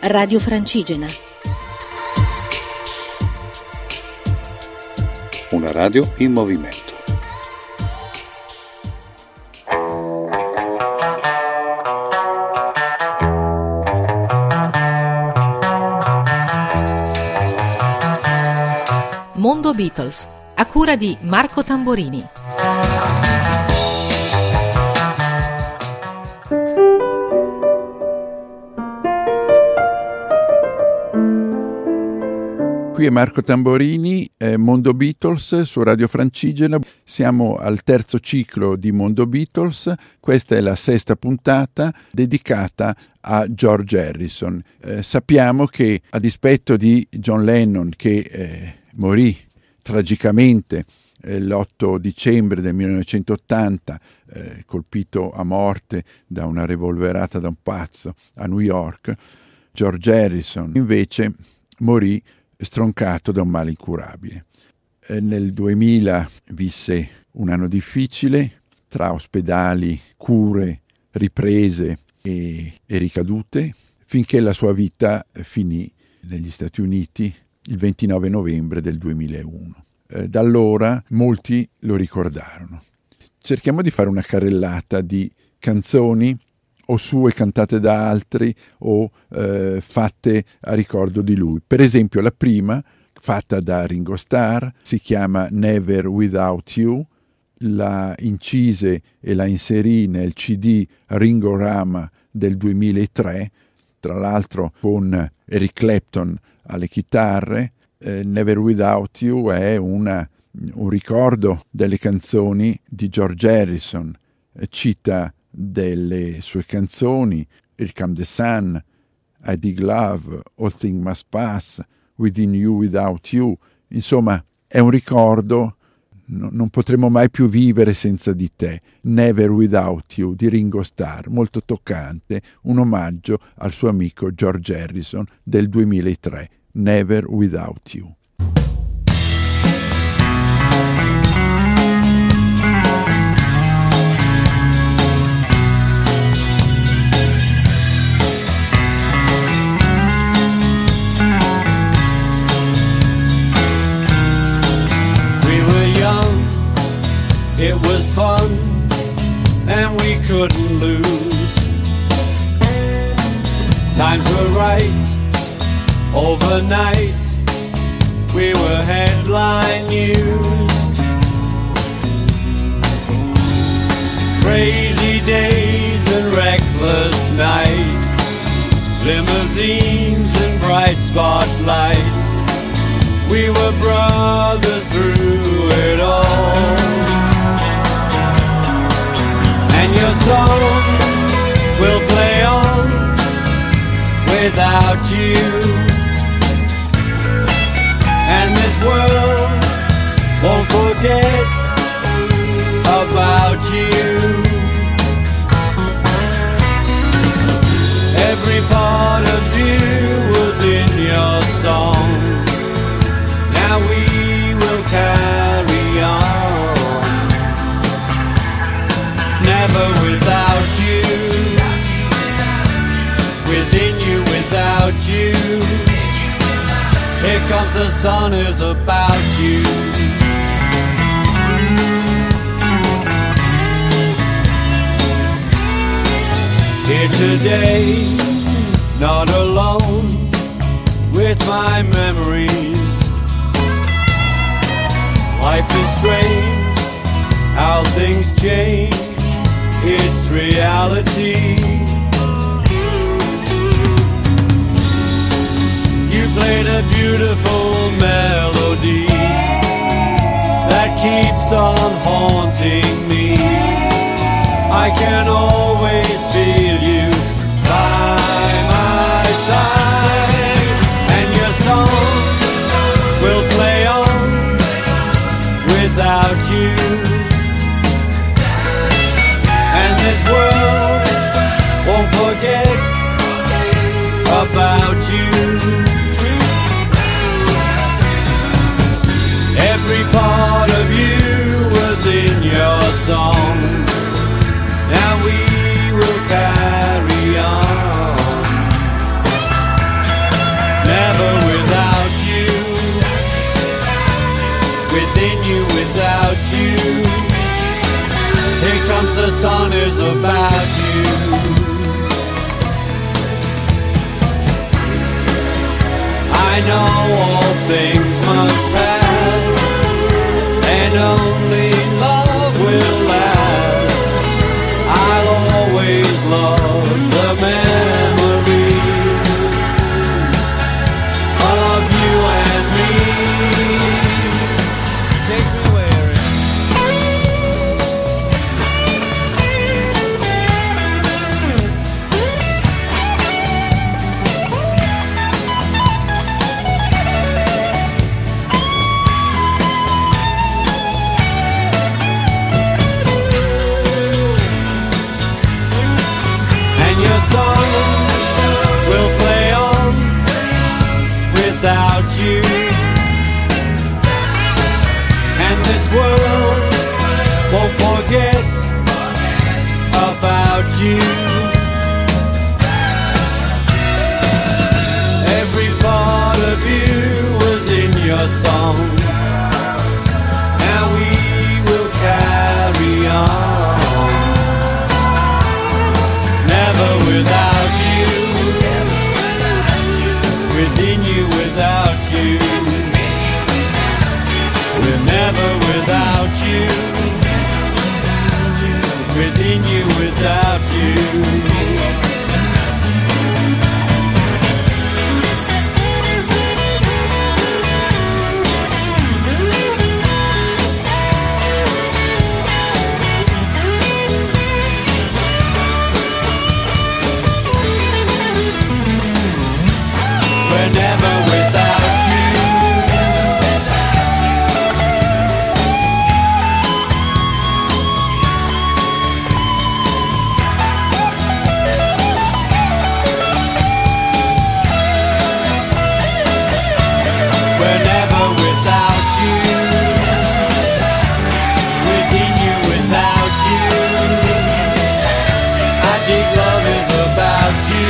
Radio Francigena. Una radio in movimento. Mondo Beatles, a cura di Marco Tamborini. Qui è Marco Tamborini, Mondo Beatles su Radio Francigena. Siamo al terzo ciclo di Mondo Beatles. Questa è la sesta puntata dedicata a George Harrison. Sappiamo che, a dispetto di John Lennon, che morì tragicamente l'8 dicembre del 1980, colpito a morte da una revolverata da un pazzo a New York, George Harrison invece morì stroncato da un male incurabile. Nel 2000 visse un anno difficile, tra ospedali, cure, riprese e ricadute, finché la sua vita finì negli Stati Uniti il 29 novembre del 2001. Da allora molti lo ricordarono. Cerchiamo di fare una carrellata di canzoni o sue cantate da altri o fatte a ricordo di lui. Per esempio la prima, fatta da Ringo Starr, si chiama Never Without You, la incise e la inserì nel CD Ringorama del 2003, tra l'altro con Eric Clapton alle chitarre. Never Without You è un ricordo delle canzoni di George Harrison, cita delle sue canzoni Here Come the Sun, I Dig Love, All Things Must Pass, Within You, Without You. Insomma, è un ricordo, non potremo mai più vivere senza di te. Never Without You di Ringo Starr, molto toccante, un omaggio al suo amico George Harrison del 2003. Never Without You. It was fun, and we couldn't lose. Times were right, overnight, we were headline news. Crazy days and reckless nights, limousines and bright spotlights. We were brothers through it all. And your song will play on without you, and this world won't forget about you. Every part of you was in your song. Now we will carry on. Never without you, within you, without you. Here comes the sun is about you. Here today, not alone with my memories. Life is strange, how things change. It's reality. You played a beautiful melody that keeps on haunting me. I can always feel you by my side, and your songs will play on without you. And this world won't forget about you. Every part of you was in your song. Now we will carry about you. I know all things must pass, and only love will last. I'll always love the memory of you and me. Take me where songs will play on without you, and this world won't forget about you. Every part of you was in your song. Now we will carry on. Never without you, within you without you. We're never without you, within you without you. We're never without you. We're never without you. Within you without you. I think love is about you.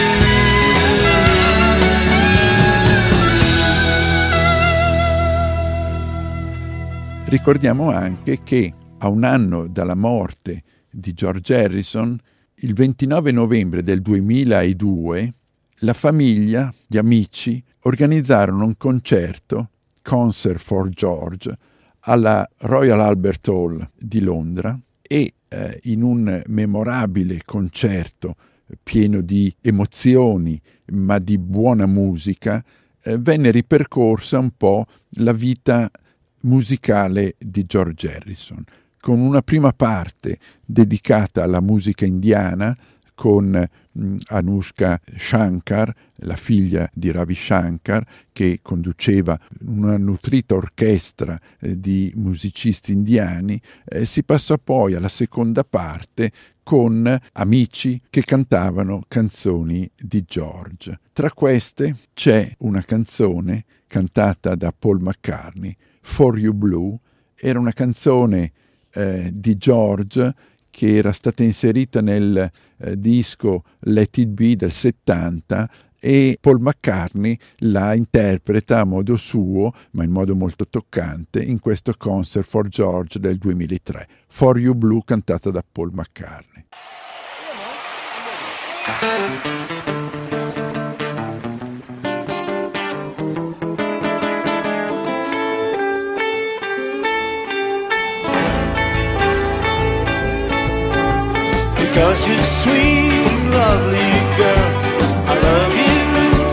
Ricordiamo anche che a un anno dalla morte di George Harrison, il 29 novembre del 2002, la famiglia, gli amici, organizzarono un concerto, Concert for George, alla Royal Albert Hall di Londra e in un memorabile concerto pieno di emozioni ma di buona musica venne ripercorsa un po' la vita musicale di George Harrison, con una prima parte dedicata alla musica indiana con Anushka Shankar, la figlia di Ravi Shankar, che conduceva una nutrita orchestra di musicisti indiani. Si passò poi alla seconda parte con amici che cantavano canzoni di George. Tra queste c'è una canzone cantata da Paul McCartney, For You Blue. Era una canzone di George che era stata inserita nel disco Let It Be del 70 e Paul McCartney la interpreta a modo suo, ma in modo molto toccante, in questo Concert for George del 2003. For You Blue cantata da Paul McCartney. Because you're sweet and lovely, girl, I love you.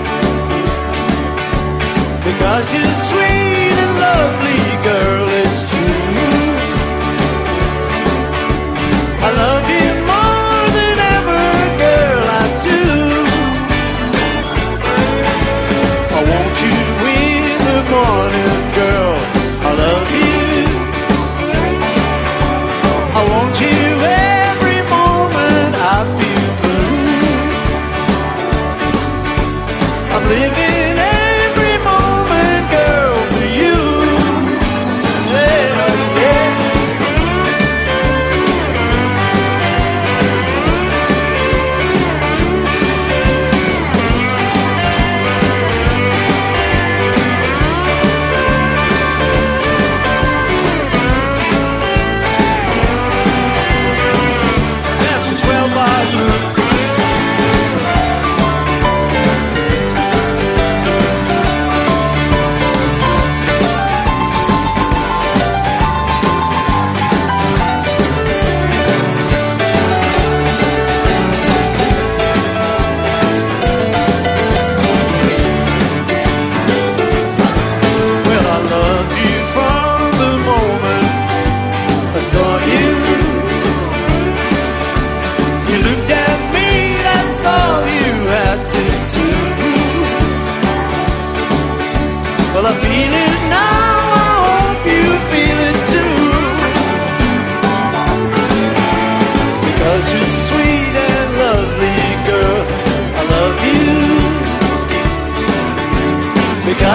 Because you're sweet and lovely, girl, it's true. I love you more than ever, girl, I do. I want you in the morning, girl, I love you. I want you living every moment, girl.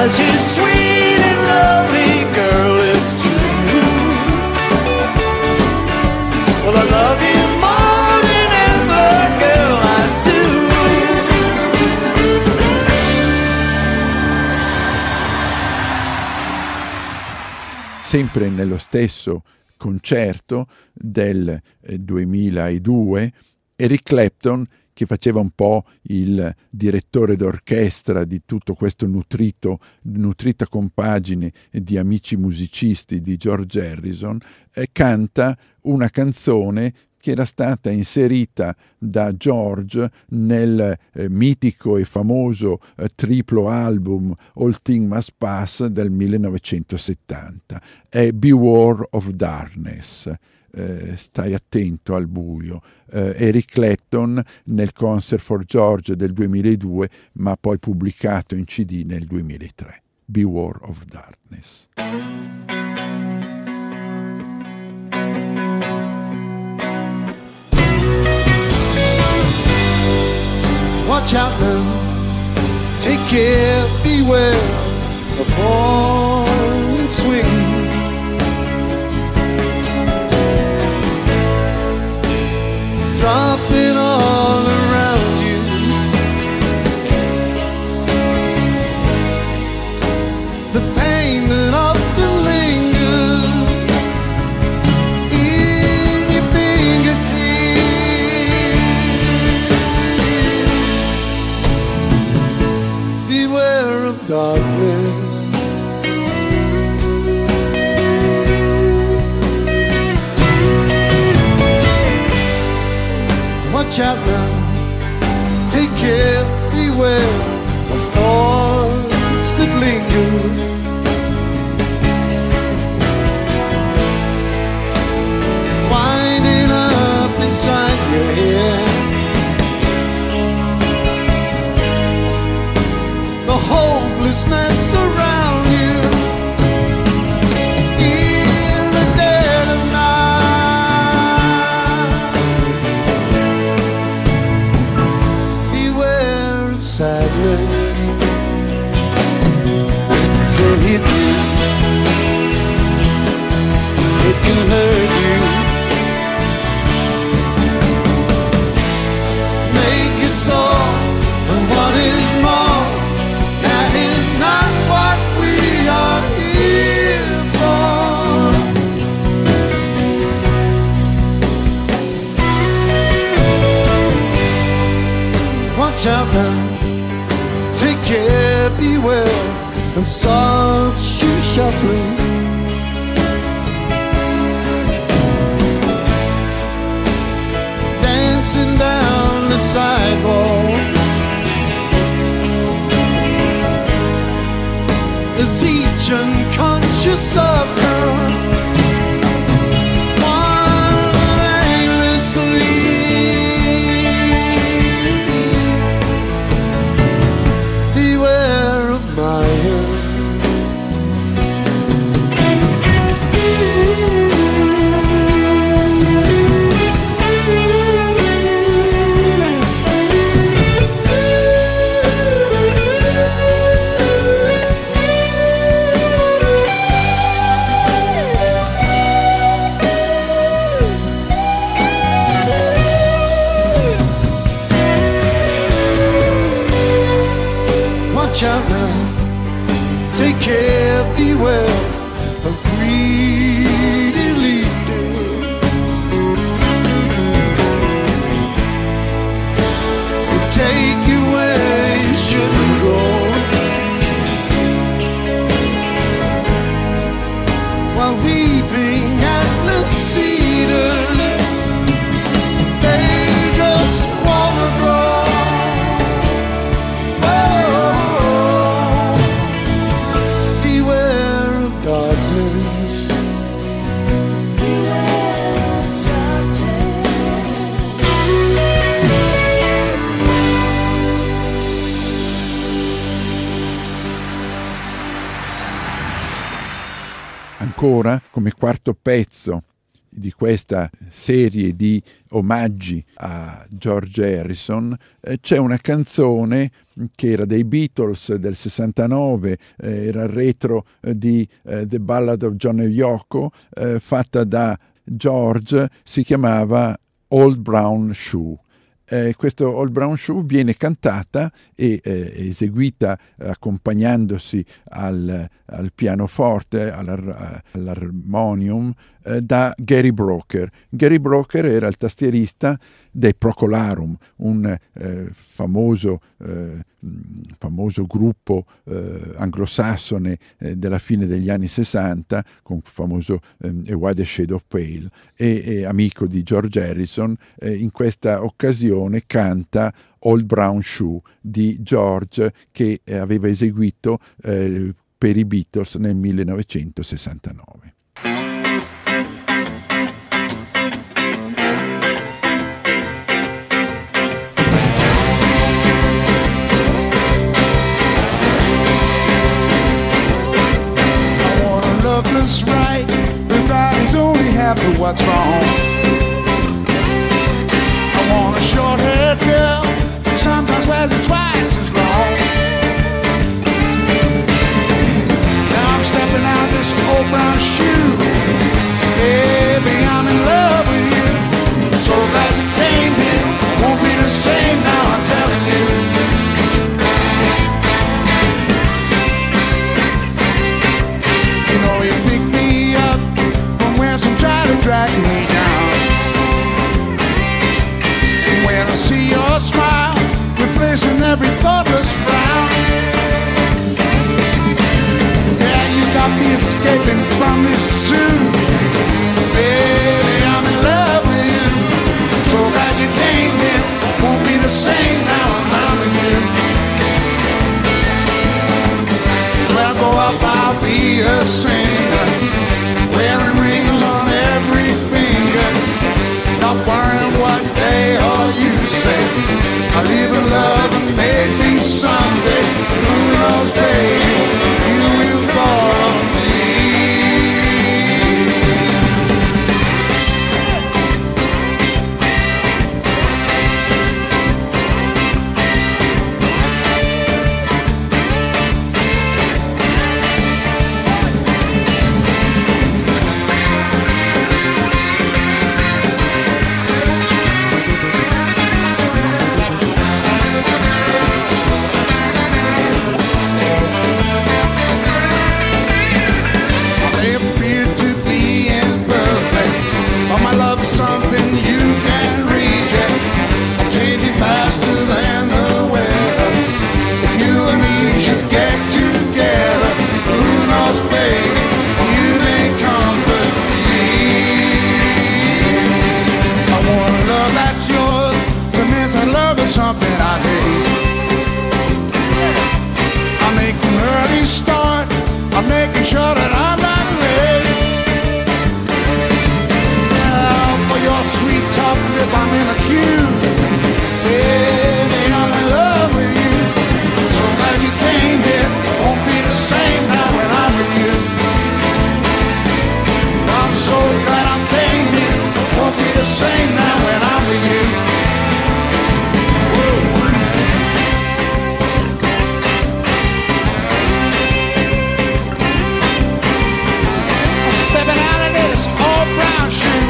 'cause you're sweet and lovely, girl, it's true. Well, I love you more than ever, girl, I do. Sempre nello stesso concerto del 2002, Eric Clapton, che faceva un po' il direttore d'orchestra di tutto questo nutrita compagine di amici musicisti di George Harrison, canta una canzone che era stata inserita da George nel mitico e famoso triplo album All Things Must Pass del 1970. È Beware of Darkness. Stai attento al buio. Eric Clapton nel Concert for George del 2002, ma poi pubblicato in CD nel 2003. Beware of Darkness. Watch out now, take care, beware of falling swing. Dropping all around you. The pain that often lingers in your fingertips. Beware of darkness. Watch out now, take care, beware of thoughts that linger. Winding up inside your head. The hopelessness around you in the dead of night. Beware of sadness. It can hit you. It can hurt you. Make you sore, and what is more, that is not what we are here for. Watch out now, take care, beware, and soft shoe shuffling. Dancing down the sidewalk as each unconscious of her wandered aimlessly. Beware of my head. Watch out now, take care, beware of greedy leaders. They take you where you shouldn't go, while weeping at the cedars. They just wanna grow. Ancora, come quarto pezzo di questa serie di omaggi a George Harrison c'è una canzone che era dei Beatles del 69, era il retro di The Ballad of John and Yoko, fatta da George, si chiamava Old Brown Shoe. Questo Old Brown Shoe viene cantata e eseguita accompagnandosi al pianoforte, all'armonium, da Gary Brooker. Gary Brooker era il tastierista dei Procolarum, un famoso gruppo anglosassone della fine degli anni 60, con il famoso A Wide Shade of Pale, e amico di George Harrison. In questa occasione canta Old Brown Shoe di George, che aveva eseguito per i Beatles nel 1969. Loveless right, the right is only half of what's wrong. I want a short-haired girl, sometimes wears it twice as long. Now I'm stepping out this old brown shoe. Baby, I'm in love with you. So glad you came here. Won't be the same now, I'm telling you. You know you pick me up from where some try to drag me down. And when I see your smile, replacing every thoughtless frown. Yeah, you got me escaping from this zoo. Baby, I'm in love with you. So glad you came here. Won't be the same now I'm with you. When I go up, I'll be a singer, wearing rings on every finger, not worrying what they or you say. I live in love and maybe someday, who knows, baby, you will follow me. Something you can reject. I'll change it faster than the weather. If you and me should get together, who knows, baby, you may comfort me. I want a love that's yours. To miss that love is something I hate. I'm making an early start. I'm making sure that I'm not late. Your sweet top lip, I'm in a queue. Baby, I'm in love with you. So glad you came here. Won't be the same now when I'm with you. I'm so glad I came here. Won't be the same now when I'm with you. Whoa. I'm stepping out of this old brown shoe.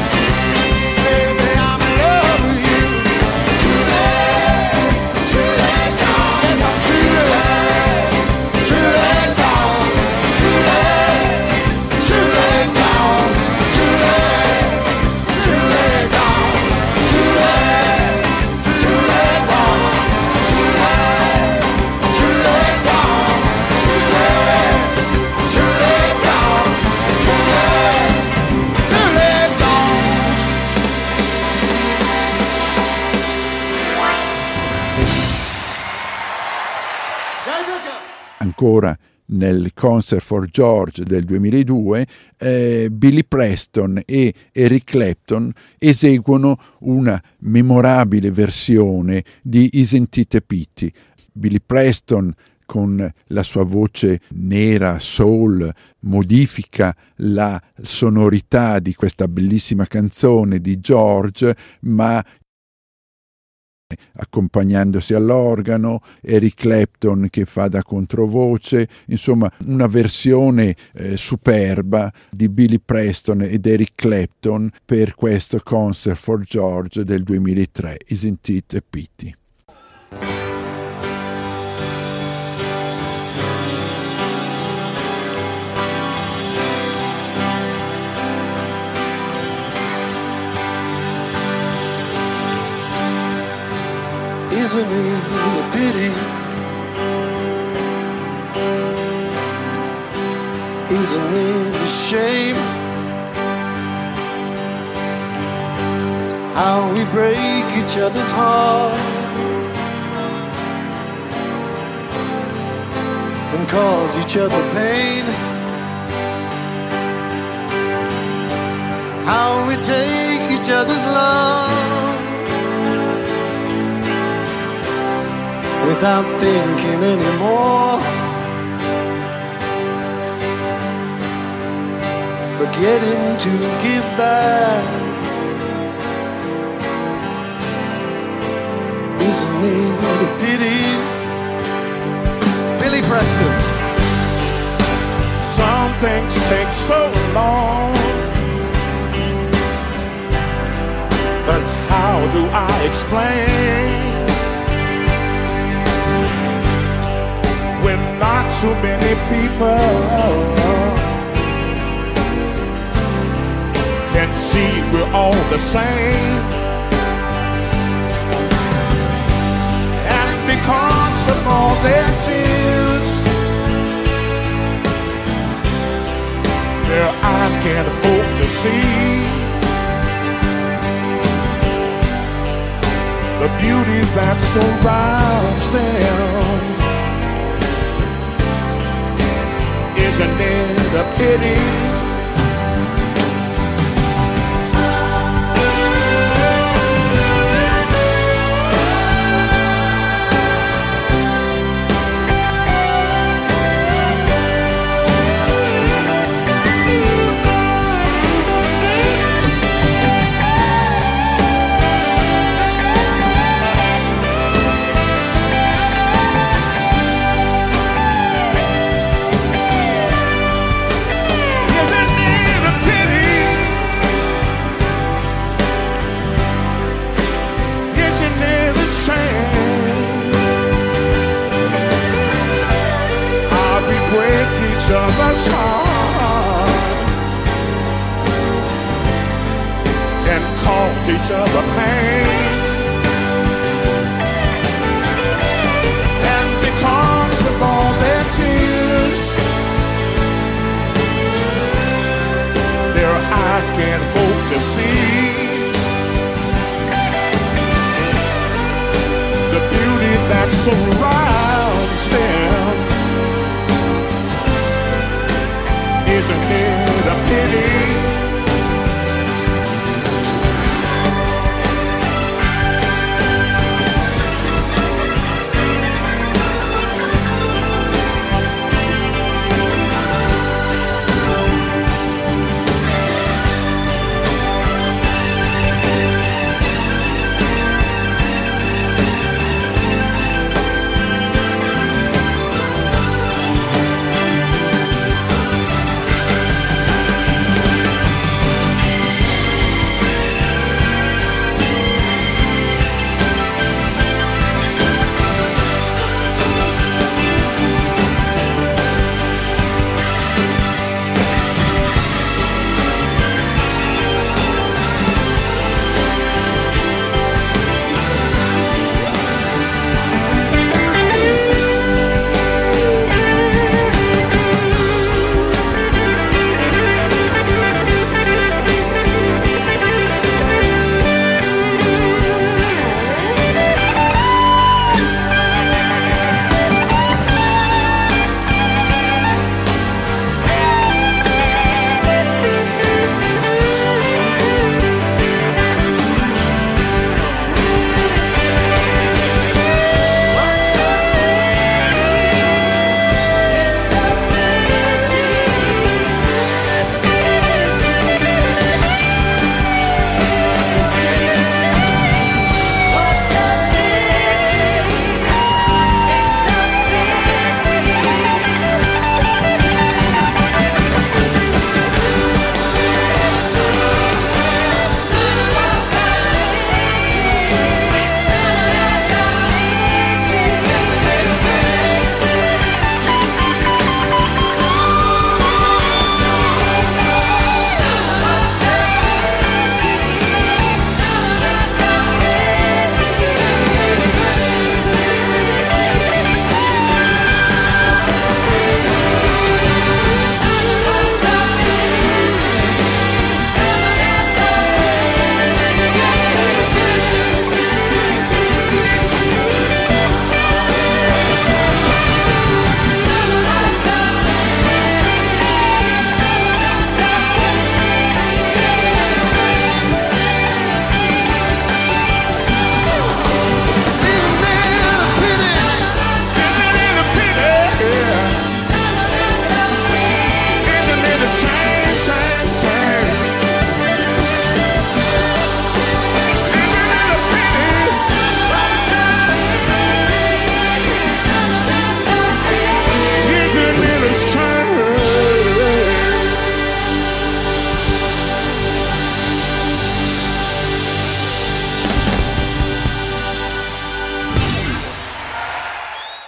Ancora nel Concert for George del 2002, Billy Preston e Eric Clapton eseguono una memorabile versione di Isn't It a Pity. Billy Preston con la sua voce nera, soul, modifica la sonorità di questa bellissima canzone di George, ma accompagnandosi all'organo, Eric Clapton che fa da controvoce, insomma una versione superba di Billy Preston ed Eric Clapton per questo Concert for George del 2003, Isn't It a Pity? Isn't it a pity? Isn't it a shame how we break each other's heart and cause each other pain? How we take each other's love without thinking anymore, forgetting to give back. Isn't it a pity? Billy Preston. Some things take so long, but how do I explain when not too many people can see we're all the same? And because of all their tears, their eyes can't hope to see the beauty that surrounds them. Isn't it a pity? Other's heart and cause each other pain, and because of all their tears, their eyes can't hope to see the beauty that surrounds them. Isn't it a pity?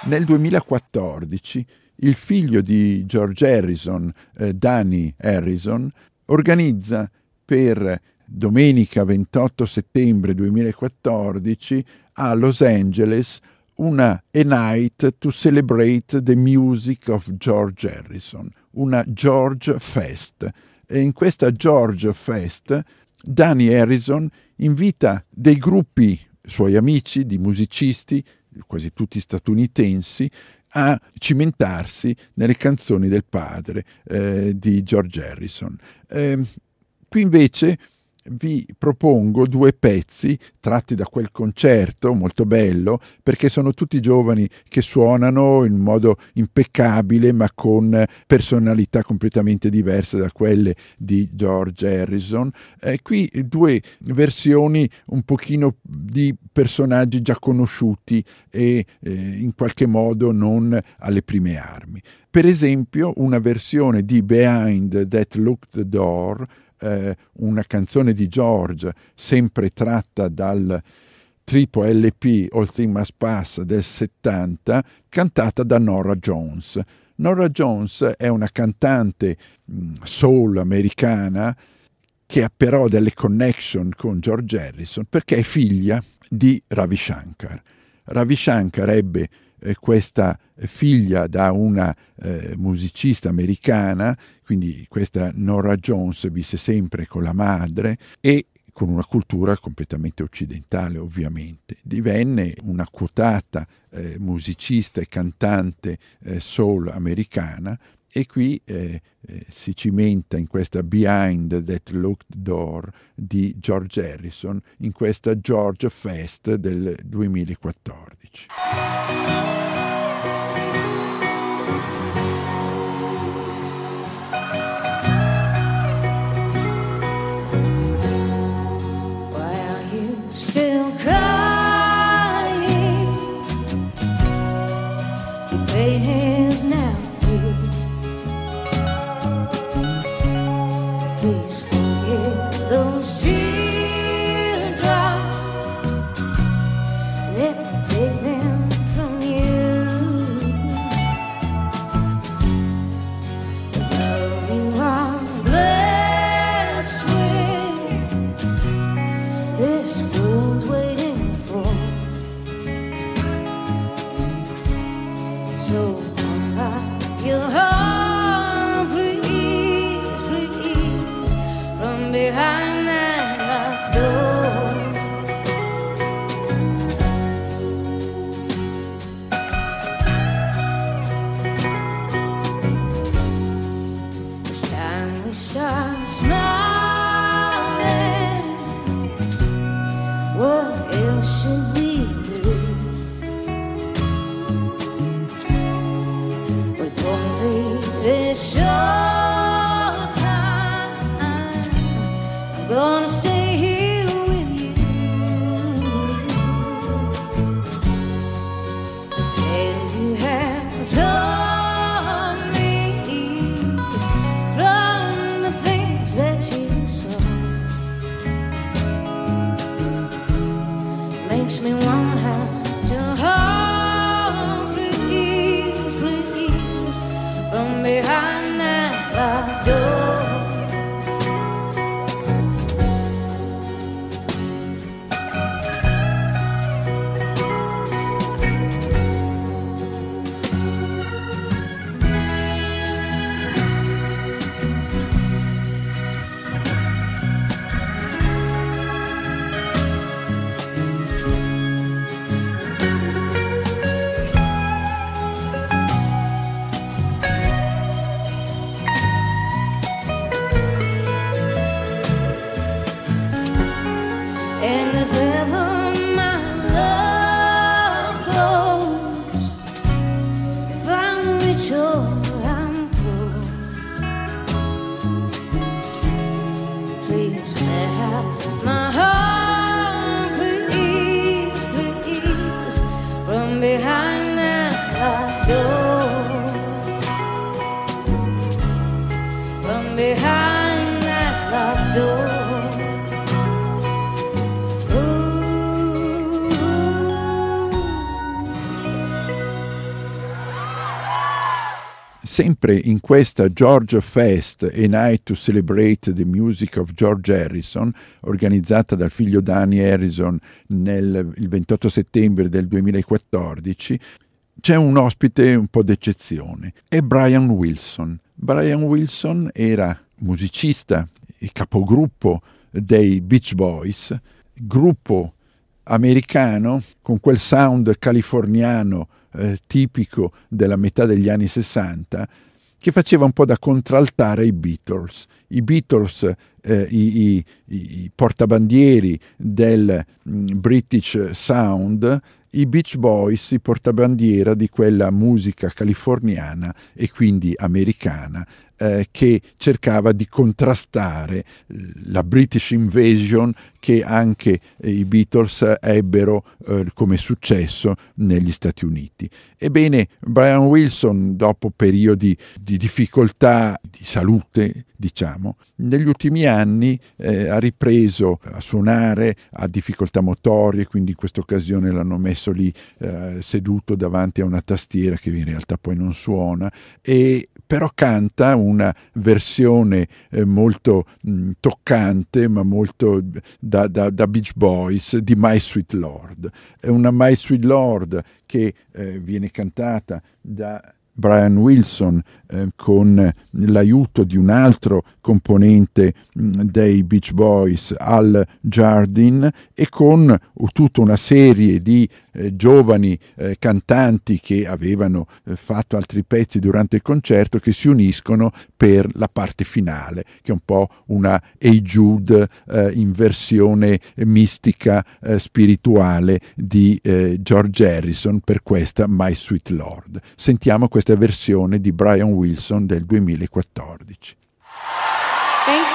Nel 2014 il figlio di George Harrison, Dhani Harrison, organizza per domenica 28 settembre 2014 a Los Angeles a night to celebrate the music of George Harrison, una George Fest. E in questa George Fest Dhani Harrison invita dei gruppi suoi amici di musicisti, quasi tutti statunitensi, a cimentarsi nelle canzoni del padre di George Harrison. Qui invece vi propongo 2 pezzi tratti da quel concerto molto bello, perché sono tutti giovani che suonano in modo impeccabile ma con personalità completamente diverse da quelle di George Harrison. Qui 2 versioni un pochino di personaggi già conosciuti e in qualche modo non alle prime armi. Per esempio una versione di Behind That Locked Door, una canzone di George sempre tratta dal triplo LP All Things Must Pass del 70, cantata da Norah Jones. Norah Jones è una cantante soul americana che ha però delle connection con George Harrison perché è figlia di Ravi Shankar. Ravi Shankar ebbe questa figlia da una musicista americana, quindi questa Norah Jones visse sempre con la madre e con una cultura completamente occidentale, ovviamente. Divenne una quotata musicista e cantante soul americana e qui si cimenta in questa Behind That Locked Door di George Harrison, in questa George Fest del 2014. Still crying, the pain is now through. Please forget those teardrops. Let me take them from you. The love you are blessed with, this world's waiting for. So come back your heart, please, please, from behind that locked door. It's time we start smiling. What else should we do? With only this short time, I'm gonna stay here with you. The tales you have told me, from the things that you saw, makes me wanna to hold, please, please, from behind that locked door. And if ever my love goes, if I'm rich or I'm poor, please let have my heart, please, please, from behind that locked door, from behind that locked door. sempre in questa Georgia Fest, a Night to Celebrate the Music of George Harrison, organizzata dal figlio Danny Harrison il 28 settembre del 2014, c'è un ospite un po' d'eccezione, è Brian Wilson. Brian Wilson era musicista e capogruppo dei Beach Boys, gruppo americano con quel sound californiano tipico della metà degli anni 60, che faceva un po' da contraltare ai Beatles. I Beatles, i portabandieri del British Sound, i Beach Boys, i portabandiera di quella musica californiana e quindi americana, che cercava di contrastare la British Invasion che anche i Beatles ebbero come successo negli Stati Uniti. Ebbene, Brian Wilson, dopo periodi di difficoltà di salute, diciamo, negli ultimi anni ha ripreso a suonare, ha difficoltà motorie, quindi in questa occasione l'hanno messo lì seduto davanti a una tastiera che in realtà poi non suona, e però canta una versione molto toccante, ma molto da Beach Boys, di My Sweet Lord. È una My Sweet Lord che viene cantata da Brian Wilson con l'aiuto di un altro componente dei Beach Boys, Al Jardine, e con tutta una serie di giovani cantanti che avevano fatto altri pezzi durante il concerto, che si uniscono per la parte finale, che è un po' una Hey Jude in versione mistica, spirituale di George Harrison per questa My Sweet Lord. Sentiamo questa versione di Brian Wilson del 2014. Thank you.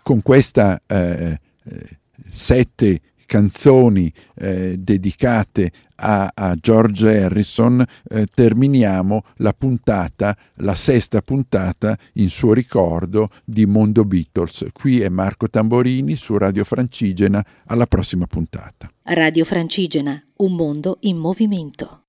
con questa 7 canzoni dedicate a George Harrison terminiamo la puntata, la 6ª puntata in suo ricordo di Mondo Beatles. Qui è Marco Tamborini su Radio Francigena, alla prossima puntata. Radio Francigena, un mondo in movimento.